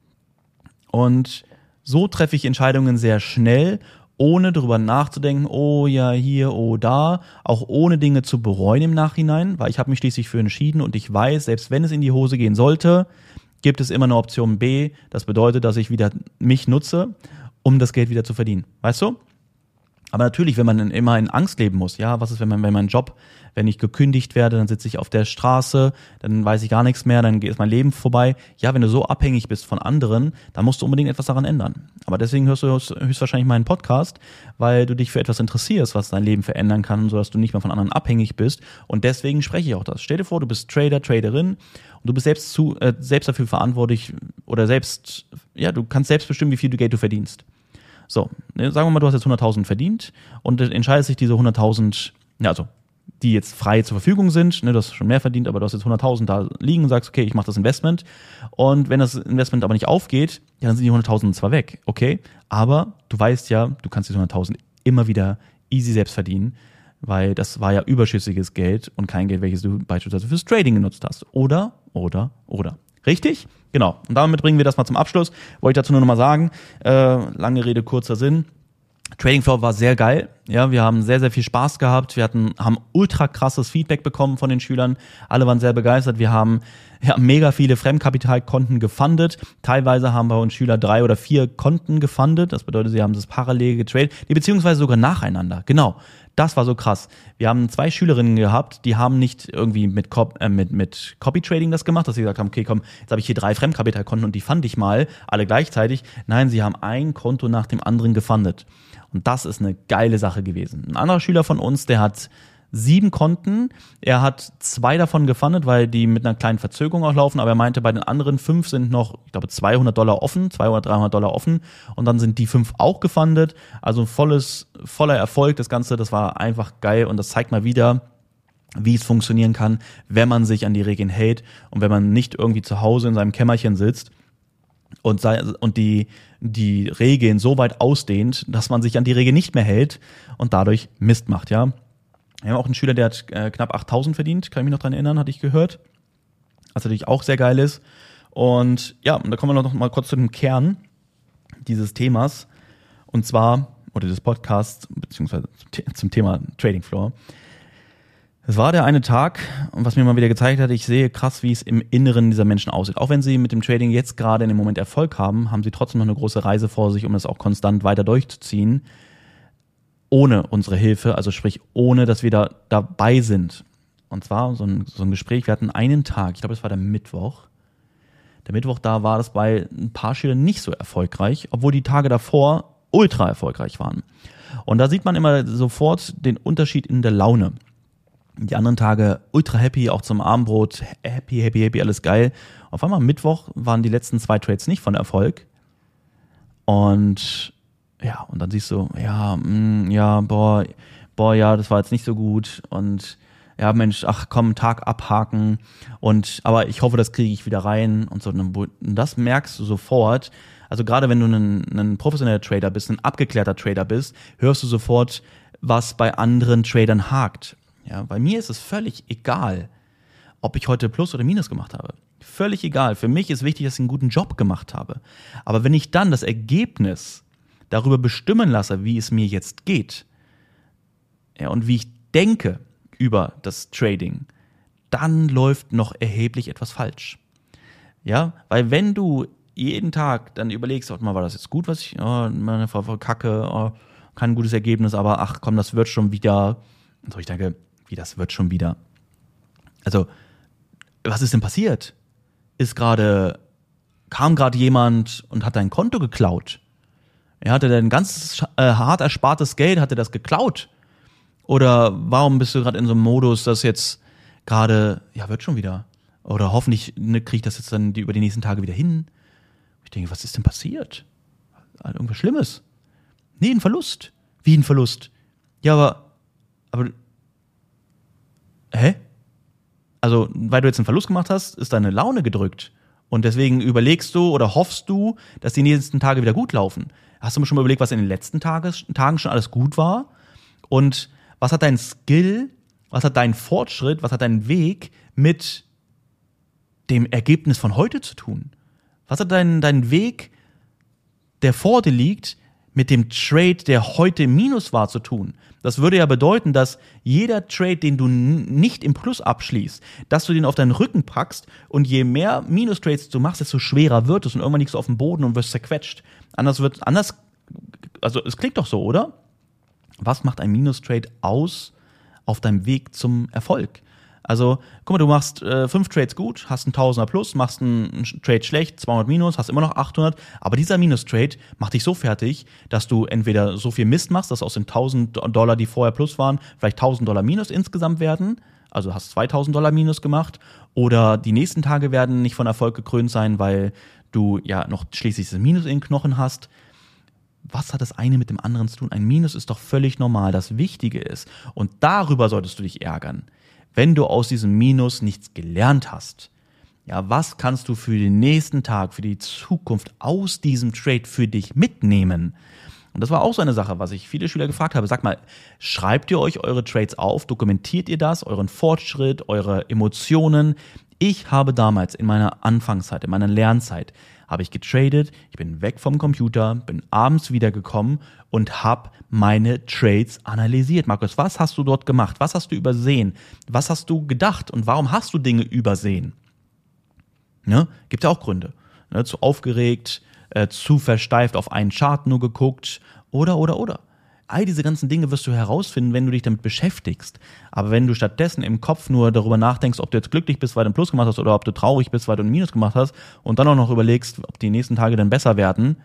Speaker 1: Und so treffe ich Entscheidungen sehr schnell, ohne darüber nachzudenken, oh ja, hier, oh da, auch ohne Dinge zu bereuen im Nachhinein, weil ich habe mich schließlich für entschieden und ich weiß, selbst wenn es in die Hose gehen sollte, gibt es immer eine Option B. Das bedeutet, dass ich wieder mich nutze, um das Geld wieder zu verdienen. Weißt du? Aber natürlich, wenn man immer in Angst leben muss, ja, was ist, wenn man, wenn mein Job, wenn ich gekündigt werde, dann sitze ich auf der Straße, dann weiß ich gar nichts mehr, dann ist mein Leben vorbei. Ja, wenn du so abhängig bist von anderen, dann musst du unbedingt etwas daran ändern. Aber deswegen hörst du höchstwahrscheinlich meinen Podcast, weil du dich für etwas interessierst, was dein Leben verändern kann, sodass du nicht mehr von anderen abhängig bist. Und deswegen spreche ich auch das. Stell dir vor, du bist Trader, Traderin und du bist selbst zu, äh, selbst dafür verantwortlich oder selbst, ja, du kannst selbst bestimmen, wie viel Geld du verdienst. So, sagen wir mal, du hast jetzt hunderttausend verdient und entscheidest dich, diese hunderttausend, ja, also die jetzt frei zur Verfügung sind, ne, du hast schon mehr verdient, aber du hast jetzt hunderttausend da liegen und sagst, okay, ich mache das Investment und wenn das Investment aber nicht aufgeht, ja, dann sind die hunderttausend zwar weg, okay, aber du weißt ja, du kannst diese hunderttausend immer wieder easy selbst verdienen, weil das war ja überschüssiges Geld und kein Geld, welches du beispielsweise fürs Trading genutzt hast. Oder, oder, oder. Richtig? Genau. Und damit bringen wir das mal zum Abschluss. Wollte ich dazu nur noch mal sagen, äh, lange Rede, kurzer Sinn. Trading Floor war sehr geil. Ja, wir haben sehr, sehr viel Spaß gehabt. Wir hatten, haben ultra krasses Feedback bekommen von den Schülern. Alle waren sehr begeistert. Wir haben ja, mega viele Fremdkapitalkonten gefundet. Teilweise haben bei uns Schüler drei oder vier Konten gefundet. Das bedeutet, sie haben das parallel getradet, die beziehungsweise sogar nacheinander. Genau. Das war so krass. Wir haben zwei Schülerinnen gehabt, die haben nicht irgendwie mit, Cop, äh, mit, mit Copy-Trading das gemacht, dass sie gesagt haben, okay, komm, jetzt habe ich hier drei Fremdkapitalkonten und die fand ich mal, alle gleichzeitig. Nein, sie haben ein Konto nach dem anderen gefundet. Und das ist eine geile Sache gewesen. Ein anderer Schüler von uns, der hat sieben Konten. Er hat zwei davon gefundet, weil die mit einer kleinen Verzögerung auch laufen, aber er meinte, bei den anderen fünf sind noch, ich glaube, zweihundert Dollar offen, zweihundert, dreihundert Dollar offen und dann sind die fünf auch gefundet. Also volles, voller Erfolg, das Ganze, das war einfach geil und das zeigt mal wieder, wie es funktionieren kann, wenn man sich an die Regeln hält und wenn man nicht irgendwie zu Hause in seinem Kämmerchen sitzt und, sei, und die, die Regeln so weit ausdehnt, dass man sich an die Regeln nicht mehr hält und dadurch Mist macht, ja. Wir haben auch einen Schüler, der hat äh, knapp achttausend verdient, kann ich mich noch dran erinnern, hatte ich gehört. Was natürlich auch sehr geil ist. Und ja, und da kommen wir noch mal kurz zu dem Kern dieses Themas. Und zwar, oder des Podcasts, beziehungsweise zum Thema Trading Floor. Es war der eine Tag, was mir mal wieder gezeigt hat, ich sehe krass, wie es im Inneren dieser Menschen aussieht. Auch wenn sie mit dem Trading jetzt gerade in dem Moment Erfolg haben, haben sie trotzdem noch eine große Reise vor sich, um das auch konstant weiter durchzuziehen. Ohne unsere Hilfe, also sprich, ohne, dass wir da dabei sind. Und zwar so ein, so ein Gespräch, wir hatten einen Tag, ich glaube, es war der Mittwoch. Der Mittwoch, da war das bei ein paar Schülern nicht so erfolgreich, obwohl die Tage davor ultra erfolgreich waren. Und da sieht man immer sofort den Unterschied in der Laune. Die anderen Tage ultra happy, auch zum Abendbrot, happy, happy, happy, alles geil. Auf einmal am Mittwoch waren die letzten zwei Trades nicht von Erfolg. Und ja, und dann siehst du, ja, mh, ja, boah, boah, ja, das war jetzt nicht so gut. Und ja, Mensch, ach komm, Tag abhaken. Und aber ich hoffe, das kriege ich wieder rein und so. Und das merkst du sofort. Also gerade wenn du ein, ein professioneller Trader bist, ein abgeklärter Trader bist, hörst du sofort, was bei anderen Tradern hakt. Ja, bei mir ist es völlig egal, ob ich heute Plus oder Minus gemacht habe. Völlig egal. Für mich ist wichtig, dass ich einen guten Job gemacht habe. Aber wenn ich dann das Ergebnis darüber bestimmen lasse, wie es mir jetzt geht, ja, und wie ich denke über das Trading, dann läuft noch erheblich etwas falsch. Ja, weil wenn du jeden Tag dann überlegst, warte mal, war das jetzt gut, was ich, oh, meine Frau Kacke, oh, kein gutes Ergebnis, aber ach komm, das wird schon wieder. Und so, ich denke, wie das wird schon wieder. Also, was ist denn passiert? Ist gerade, kam gerade jemand und hat dein Konto geklaut? Er hatte dein ganz äh, hart erspartes Geld, hat er das geklaut? Oder warum bist du gerade in so einem Modus, dass jetzt gerade, ja, wird schon wieder. Oder hoffentlich ne, kriege ich das jetzt dann die, über die nächsten Tage wieder hin. Ich denke, was ist denn passiert? Irgendwas Schlimmes? Nee, ein Verlust. Wie ein Verlust? Ja, aber, aber, hä? Also, weil du jetzt einen Verlust gemacht hast, ist deine Laune gedrückt. Und deswegen überlegst du oder hoffst du, dass die nächsten Tage wieder gut laufen. Hast du mir schon mal überlegt, was in den letzten Tages, Tagen schon alles gut war? Und was hat dein Skill, was hat dein Fortschritt, was hat dein Weg mit dem Ergebnis von heute zu tun? Was hat dein, dein Weg, der vor dir liegt, mit dem Trade, der heute im Minus war, zu tun? Das würde ja bedeuten, dass jeder Trade, den du n- nicht im Plus abschließt, dass du den auf deinen Rücken packst und je mehr Minus-Trades du machst, desto schwerer wird es und irgendwann liegst du auf dem Boden und wirst zerquetscht. Anders wird, anders, also es klingt doch so, oder? Was macht ein Minus-Trade aus auf deinem Weg zum Erfolg? Also, guck mal, du machst äh, fünf Trades gut, hast einen Tausender plus, machst einen, einen Trade schlecht, zweihundert minus, hast immer noch achthundert, aber dieser Minus-Trade macht dich so fertig, dass du entweder so viel Mist machst, dass aus den tausend Dollar, die vorher plus waren, vielleicht tausend Dollar minus insgesamt werden, also hast zweitausend Dollar minus gemacht, oder die nächsten Tage werden nicht von Erfolg gekrönt sein, weil du ja noch schließlich das Minus in den Knochen hast. Was hat das eine mit dem anderen zu tun? Ein Minus ist doch völlig normal. Das Wichtige ist, und darüber solltest du dich ärgern, wenn du aus diesem Minus nichts gelernt hast. Ja, was kannst du für den nächsten Tag, für die Zukunft aus diesem Trade für dich mitnehmen? Und das war auch so eine Sache, was ich viele Schüler gefragt habe. Sag mal, schreibt ihr euch eure Trades auf? Dokumentiert ihr das? Euren Fortschritt, eure Emotionen? Ich habe damals in meiner Anfangszeit, in meiner Lernzeit, habe ich getradet, ich bin weg vom Computer, bin abends wiedergekommen und habe meine Trades analysiert. Markus, was hast du dort gemacht? Was hast du übersehen? Was hast du gedacht? Und warum hast du Dinge übersehen? Ne? Gibt ja auch Gründe. Ne? Zu aufgeregt, äh, zu versteift auf einen Chart nur geguckt oder, oder, oder. All diese ganzen Dinge wirst du herausfinden, wenn du dich damit beschäftigst. Aber wenn du stattdessen im Kopf nur darüber nachdenkst, ob du jetzt glücklich bist, weil du ein Plus gemacht hast, oder ob du traurig bist, weil du ein Minus gemacht hast, und dann auch noch überlegst, ob die nächsten Tage dann besser werden,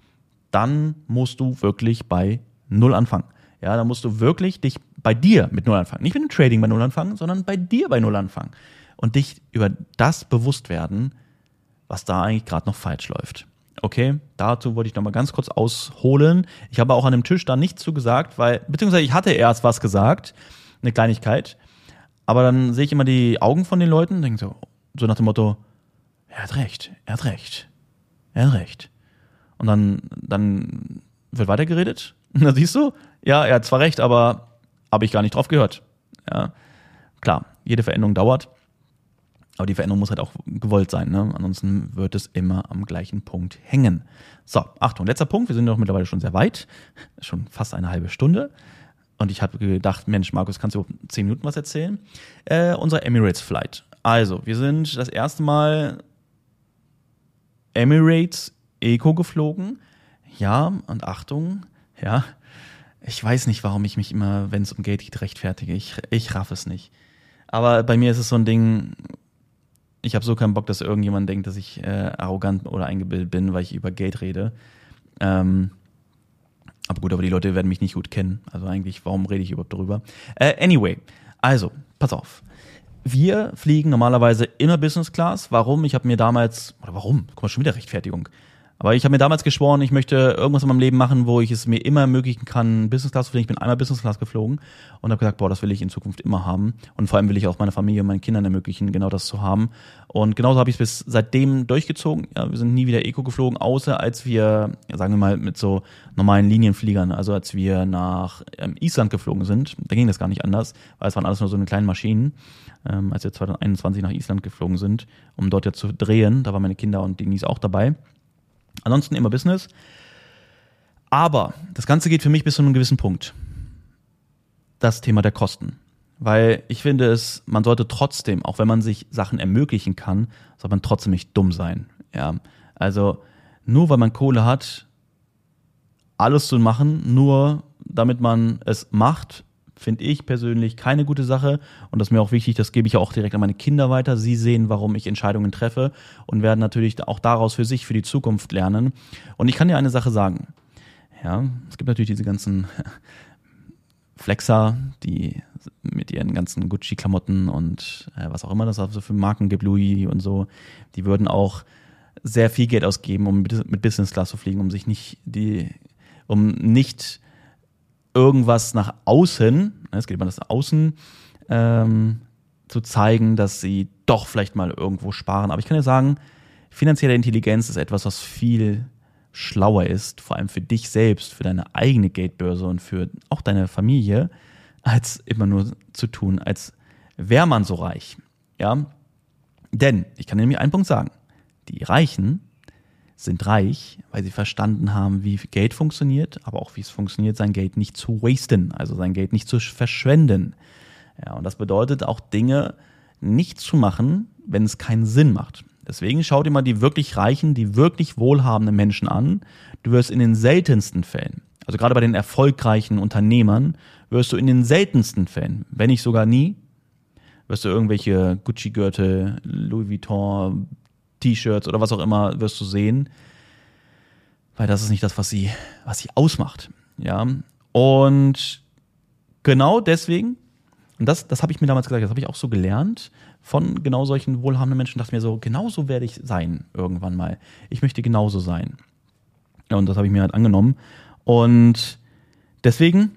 Speaker 1: dann musst du wirklich bei Null anfangen. Ja, dann musst du wirklich dich bei dir mit Null anfangen. Nicht mit dem Trading bei Null anfangen, sondern bei dir bei Null anfangen. Und dich über das bewusst werden, was da eigentlich gerade noch falsch läuft. Okay, dazu wollte ich noch mal ganz kurz ausholen. Ich habe auch an dem Tisch da nichts zu gesagt, weil, beziehungsweise ich hatte erst was gesagt, eine Kleinigkeit, aber dann sehe ich immer die Augen von den Leuten und denke so, so nach dem Motto, er hat recht, er hat recht, er hat recht. Und dann, dann wird weitergeredet und dann siehst du, ja, er hat zwar recht, aber habe ich gar nicht drauf gehört. Ja, klar, jede Veränderung dauert. Aber die Veränderung muss halt auch gewollt sein, ne? Ansonsten wird es immer am gleichen Punkt hängen. So, Achtung, letzter Punkt. Wir sind doch mittlerweile schon sehr weit. Schon fast eine halbe Stunde. Und ich habe gedacht, Mensch, Markus, kannst du zehn Minuten was erzählen? Äh, unser Emirates-Flight. Also, wir sind das erste Mal Emirates Eco geflogen. Ja, und Achtung, ja, ich weiß nicht, warum ich mich immer, wenn es um Geld geht, rechtfertige. Ich, ich raff es nicht. Aber bei mir ist es so ein Ding, ich habe so keinen Bock, dass irgendjemand denkt, dass ich äh, arrogant oder eingebildet bin, weil ich über Geld rede. Ähm, aber gut, aber die Leute werden mich nicht gut kennen. Also eigentlich, warum rede ich überhaupt darüber? Äh, anyway, also, pass auf. Wir fliegen normalerweise immer Business Class. Warum? Ich habe mir damals, oder warum? Guck mal, schon wieder Rechtfertigung. Aber ich habe mir damals geschworen, ich möchte irgendwas in meinem Leben machen, wo ich es mir immer ermöglichen kann, Business Class zu fliegen. Ich bin einmal Business Class geflogen und habe gesagt, boah, das will ich in Zukunft immer haben. Und vor allem will ich auch meiner Familie und meinen Kindern ermöglichen, genau das zu haben. Und genauso habe ich es bis seitdem durchgezogen. Ja, wir sind nie wieder Eco geflogen, außer als wir, ja, sagen wir mal, mit so normalen Linienfliegern, also als wir nach ähm, Island geflogen sind, da ging das gar nicht anders, weil es waren alles nur so eine kleine Maschinen. Ähm, als wir zwanzig einundzwanzig nach Island geflogen sind, um dort ja zu drehen, da waren meine Kinder und Denise auch dabei. Ansonsten immer Business. Aber das Ganze geht für mich bis zu einem gewissen Punkt. Das Thema der Kosten. Weil ich finde es, man sollte trotzdem, auch wenn man sich Sachen ermöglichen kann, soll man trotzdem nicht dumm sein. Ja, also nur weil man Kohle hat, alles zu machen, nur damit man es macht, finde ich persönlich keine gute Sache. Und das ist mir auch wichtig, das gebe ich auch direkt an meine Kinder weiter. Sie sehen, warum ich Entscheidungen treffe und werden natürlich auch daraus für sich, für die Zukunft lernen. Und ich kann dir eine Sache sagen. Ja, es gibt natürlich diese ganzen Flexer, die mit ihren ganzen Gucci-Klamotten und äh, was auch immer das so für Marken gibt, Louis und so, die würden auch sehr viel Geld ausgeben, um mit Business Class zu fliegen, um sich nicht die, um nicht irgendwas nach außen, es geht immer das Außen, ähm, zu zeigen, dass sie doch vielleicht mal irgendwo sparen. Aber ich kann dir sagen, finanzielle Intelligenz ist etwas, was viel schlauer ist, vor allem für dich selbst, für deine eigene Geldbörse und für auch deine Familie, als immer nur zu tun, als wäre man so reich. Ja? Denn, ich kann dir nämlich einen Punkt sagen, die Reichen sind reich, weil sie verstanden haben, wie Geld funktioniert, aber auch wie es funktioniert, sein Geld nicht zu wasten, also sein Geld nicht zu verschwenden. Ja, und das bedeutet auch Dinge nicht zu machen, wenn es keinen Sinn macht. Deswegen schau dir mal die wirklich reichen, die wirklich wohlhabenden Menschen an. Du wirst in den seltensten Fällen, also gerade bei den erfolgreichen Unternehmern, wirst du in den seltensten Fällen, wenn nicht sogar nie, wirst du irgendwelche Gucci-Gürtel, Louis Vuitton, T-Shirts oder was auch immer wirst du sehen, weil das ist nicht das, was sie, was sie ausmacht. Ja, und genau deswegen, und das, das habe ich mir damals gesagt, das habe ich auch so gelernt von genau solchen wohlhabenden Menschen, dachte mir so, genauso werde ich sein irgendwann mal. Ich möchte genauso sein. Ja, und das habe ich mir halt angenommen. Und deswegen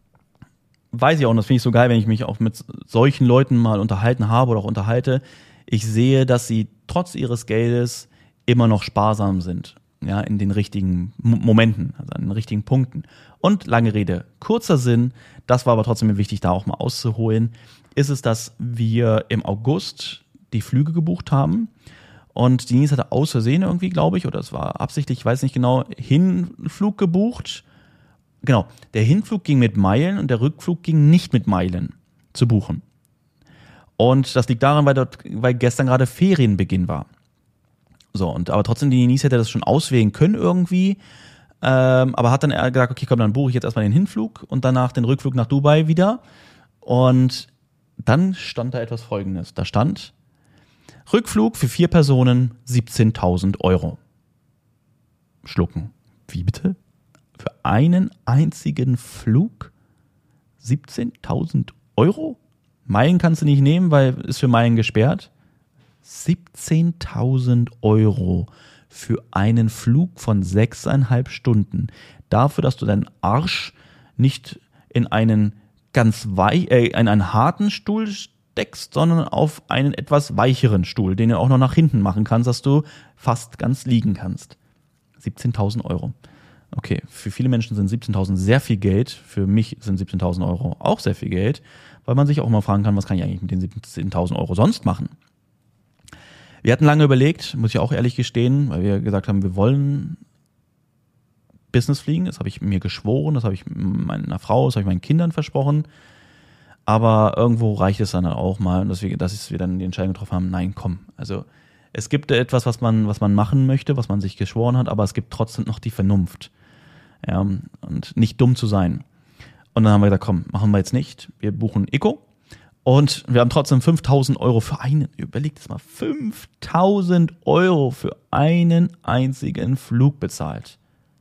Speaker 1: weiß ich auch, und das finde ich so geil, wenn ich mich auch mit solchen Leuten mal unterhalten habe oder auch unterhalte, ich sehe, dass sie trotz ihres Geldes immer noch sparsam sind, ja, in den richtigen Momenten, also an den richtigen Punkten. Und lange Rede, kurzer Sinn, das war aber trotzdem wichtig, da auch mal auszuholen, ist es, dass wir im August die Flüge gebucht haben und Denise hatte aus Versehen irgendwie, glaube ich, oder es war absichtlich, ich weiß nicht genau, Hinflug gebucht. Genau, der Hinflug ging mit Meilen und der Rückflug ging nicht mit Meilen zu buchen. Und das liegt daran, weil, dort, weil gestern gerade Ferienbeginn war. So, und aber trotzdem, die Denise hätte das schon auswählen können irgendwie, ähm, aber hat dann gesagt, okay, komm, dann buche ich jetzt erstmal den Hinflug und danach den Rückflug nach Dubai wieder. Und dann stand da etwas Folgendes. Da stand, Rückflug für vier Personen siebzehntausend Euro. Schlucken. Wie bitte? Für einen einzigen Flug siebzehntausend Euro? Meilen kannst du nicht nehmen, weil ist für Meilen gesperrt. siebzehntausend Euro für einen Flug von sechseinhalb Stunden. Dafür, dass du deinen Arsch nicht in einen ganz weich, äh, in einen harten Stuhl steckst, sondern auf einen etwas weicheren Stuhl, den du auch noch nach hinten machen kannst, dass du fast ganz liegen kannst. siebzehntausend Euro. Okay, für viele Menschen sind siebzehntausend sehr viel Geld. Für mich sind siebzehntausend Euro auch sehr viel Geld, weil man sich auch mal fragen kann, was kann ich eigentlich mit den siebzehntausend Euro sonst machen? Wir hatten lange überlegt, muss ich auch ehrlich gestehen, weil wir gesagt haben, wir wollen Business fliegen. Das habe ich mir geschworen, das habe ich meiner Frau, das habe ich meinen Kindern versprochen. Aber irgendwo reicht es dann auch mal, dass wir, dass wir dann die Entscheidung getroffen haben, nein, komm. Also es gibt etwas, was man, was man machen möchte, was man sich geschworen hat, aber es gibt trotzdem noch die Vernunft. Ja, und nicht dumm zu sein. Und dann haben wir gesagt, komm, machen wir jetzt nicht. Wir buchen Ico. Und wir haben trotzdem fünftausend Euro für einen, überlegt es mal, fünftausend Euro für einen einzigen Flug bezahlt.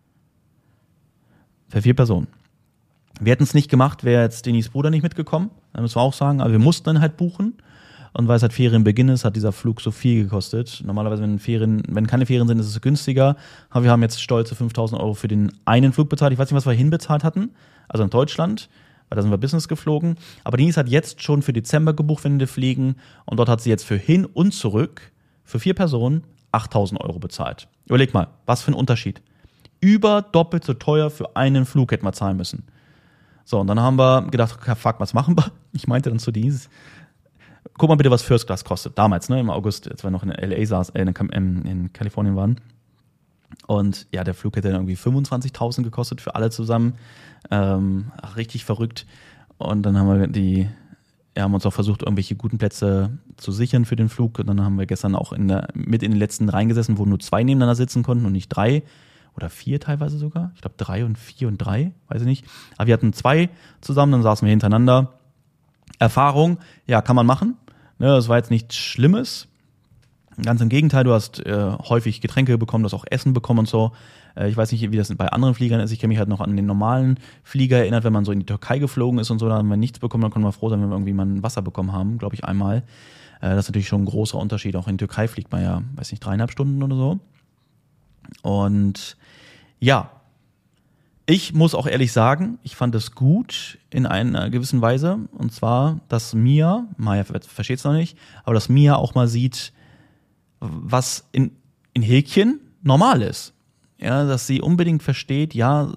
Speaker 1: Für vier Personen. Wir hätten es nicht gemacht, wäre jetzt Denis Bruder nicht mitgekommen. Da müssen wir auch sagen, aber wir mussten dann halt buchen. Und weil es halt Ferienbeginn ist, hat dieser Flug so viel gekostet. Normalerweise, wenn Ferien, wenn keine Ferien sind, ist es günstiger. Aber wir haben jetzt stolze fünftausend Euro für den einen Flug bezahlt. Ich weiß nicht, was wir hinbezahlt hatten. Also in Deutschland, weil da sind wir Business geflogen. Aber Denis hat jetzt schon für Dezember gebucht, wenn wir fliegen. Und dort hat sie jetzt für hin und zurück, für vier Personen, achttausend Euro bezahlt. Überleg mal, was für ein Unterschied. Über doppelt so teuer für einen Flug hätten wir zahlen müssen. So, und dann haben wir gedacht, okay, fuck, was machen wir? Ich meinte dann zu Denis, guck mal bitte, was First Class kostet. Damals, ne, im August, als wir noch in L A saß, äh, in, in Kalifornien waren. Und ja, der Flug hätte dann irgendwie fünfundzwanzigtausend gekostet für alle zusammen. Ähm, ach, richtig verrückt. Und dann haben wir die, ja, haben uns auch versucht, irgendwelche guten Plätze zu sichern für den Flug. Und dann haben wir gestern auch in der, mit in den letzten reingesessen, wo nur zwei nebeneinander sitzen konnten und nicht drei. Oder vier teilweise sogar. Ich glaube drei und vier und drei, weiß ich nicht. Aber wir hatten zwei zusammen, dann saßen wir hintereinander. Erfahrung, ja, kann man machen. Ne, das war jetzt nichts Schlimmes. Ganz im Gegenteil, du hast äh, häufig Getränke bekommen, du hast auch Essen bekommen und so. Äh, ich weiß nicht, wie das bei anderen Fliegern ist. Ich kann mich halt noch an den normalen Flieger erinnert, wenn man so in die Türkei geflogen ist und so, da haben wir nichts bekommen, dann konnten wir froh sein, wenn wir irgendwie mal ein Wasser bekommen haben, glaube ich einmal. Äh, das ist natürlich schon ein großer Unterschied. Auch in die Türkei fliegt man ja, weiß nicht, dreieinhalb Stunden oder so. Und ja, ich muss auch ehrlich sagen, ich fand es gut in einer gewissen Weise. Und zwar, dass Mia, Maya versteht es noch nicht, aber dass Mia auch mal sieht, was in, in Häkchen normal ist. Ja, dass sie unbedingt versteht, ja,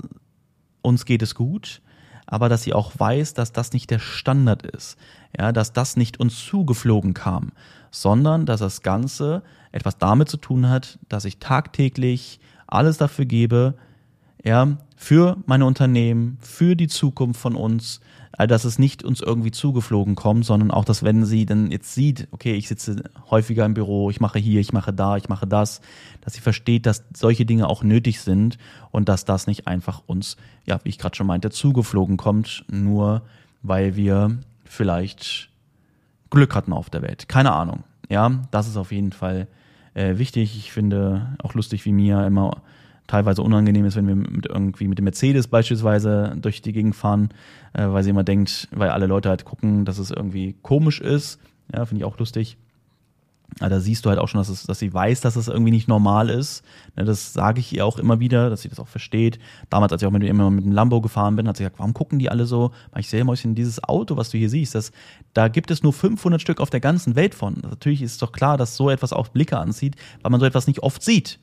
Speaker 1: uns geht es gut, aber dass sie auch weiß, dass das nicht der Standard ist. Ja, dass das nicht uns zugeflogen kam, sondern dass das Ganze etwas damit zu tun hat, dass ich tagtäglich alles dafür gebe, ja, für meine Unternehmen, für die Zukunft von uns, dass es nicht uns irgendwie zugeflogen kommt, sondern auch, dass wenn sie dann jetzt sieht, okay, ich sitze häufiger im Büro, ich mache hier, ich mache da, ich mache das, dass sie versteht, dass solche Dinge auch nötig sind und dass das nicht einfach uns, ja, wie ich gerade schon meinte, zugeflogen kommt, nur weil wir vielleicht Glück hatten auf der Welt. Keine Ahnung. Ja, das ist auf jeden Fall äh, wichtig. Ich finde auch lustig, wie Mia immer teilweise unangenehm ist, wenn wir mit irgendwie mit dem Mercedes beispielsweise durch die Gegend fahren, äh, weil sie immer denkt, weil alle Leute halt gucken, dass es irgendwie komisch ist. Ja, finde ich auch lustig. Aber da siehst du halt auch schon, dass, es, dass sie weiß, dass es irgendwie nicht normal ist. Ja, das sage ich ihr auch immer wieder, dass sie das auch versteht. Damals, als ich auch mit, immer mit dem Lambo gefahren bin, hat sie gesagt, warum gucken die alle so? Mach ich sehe Mäuschen, dieses Auto, was du hier siehst, das, da gibt es nur fünfhundert Stück auf der ganzen Welt von. Natürlich ist es doch klar, dass so etwas auch Blicke anzieht, weil man so etwas nicht oft sieht.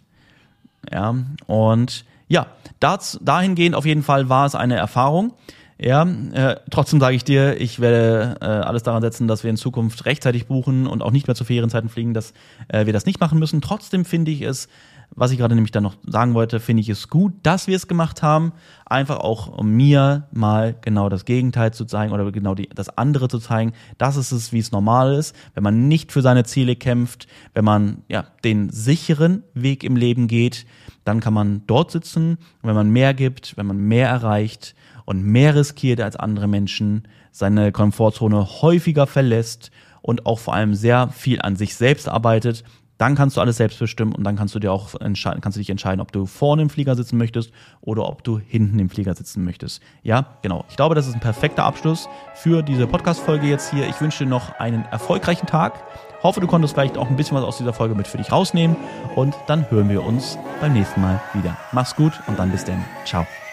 Speaker 1: Ja, und ja, das, dahingehend auf jeden Fall war es eine Erfahrung. Ja, äh, trotzdem sage ich dir, ich werde äh, alles daran setzen, dass wir in Zukunft rechtzeitig buchen und auch nicht mehr zu Ferienzeiten fliegen, dass äh, wir das nicht machen müssen. Trotzdem finde ich es, was ich gerade nämlich dann noch sagen wollte, finde ich es gut, dass wir es gemacht haben. Einfach auch, um mir mal genau das Gegenteil zu zeigen oder genau die, das andere zu zeigen. Das ist es, wie es normal ist, wenn man nicht für seine Ziele kämpft, wenn man ja den sicheren Weg im Leben geht, dann kann man dort sitzen. Und wenn man mehr gibt, wenn man mehr erreicht und mehr riskiert als andere Menschen, seine Komfortzone häufiger verlässt und auch vor allem sehr viel an sich selbst arbeitet, dann kannst du alles selbst bestimmen und dann kannst du dir auch entscheiden, kannst du dich entscheiden, ob du vorne im Flieger sitzen möchtest oder ob du hinten im Flieger sitzen möchtest. Ja, genau. Ich glaube, das ist ein perfekter Abschluss für diese Podcast-Folge jetzt hier. Ich wünsche dir noch einen erfolgreichen Tag. Hoffe, du konntest vielleicht auch ein bisschen was aus dieser Folge mit für dich rausnehmen und dann hören wir uns beim nächsten Mal wieder. Mach's gut und dann bis dann. Ciao.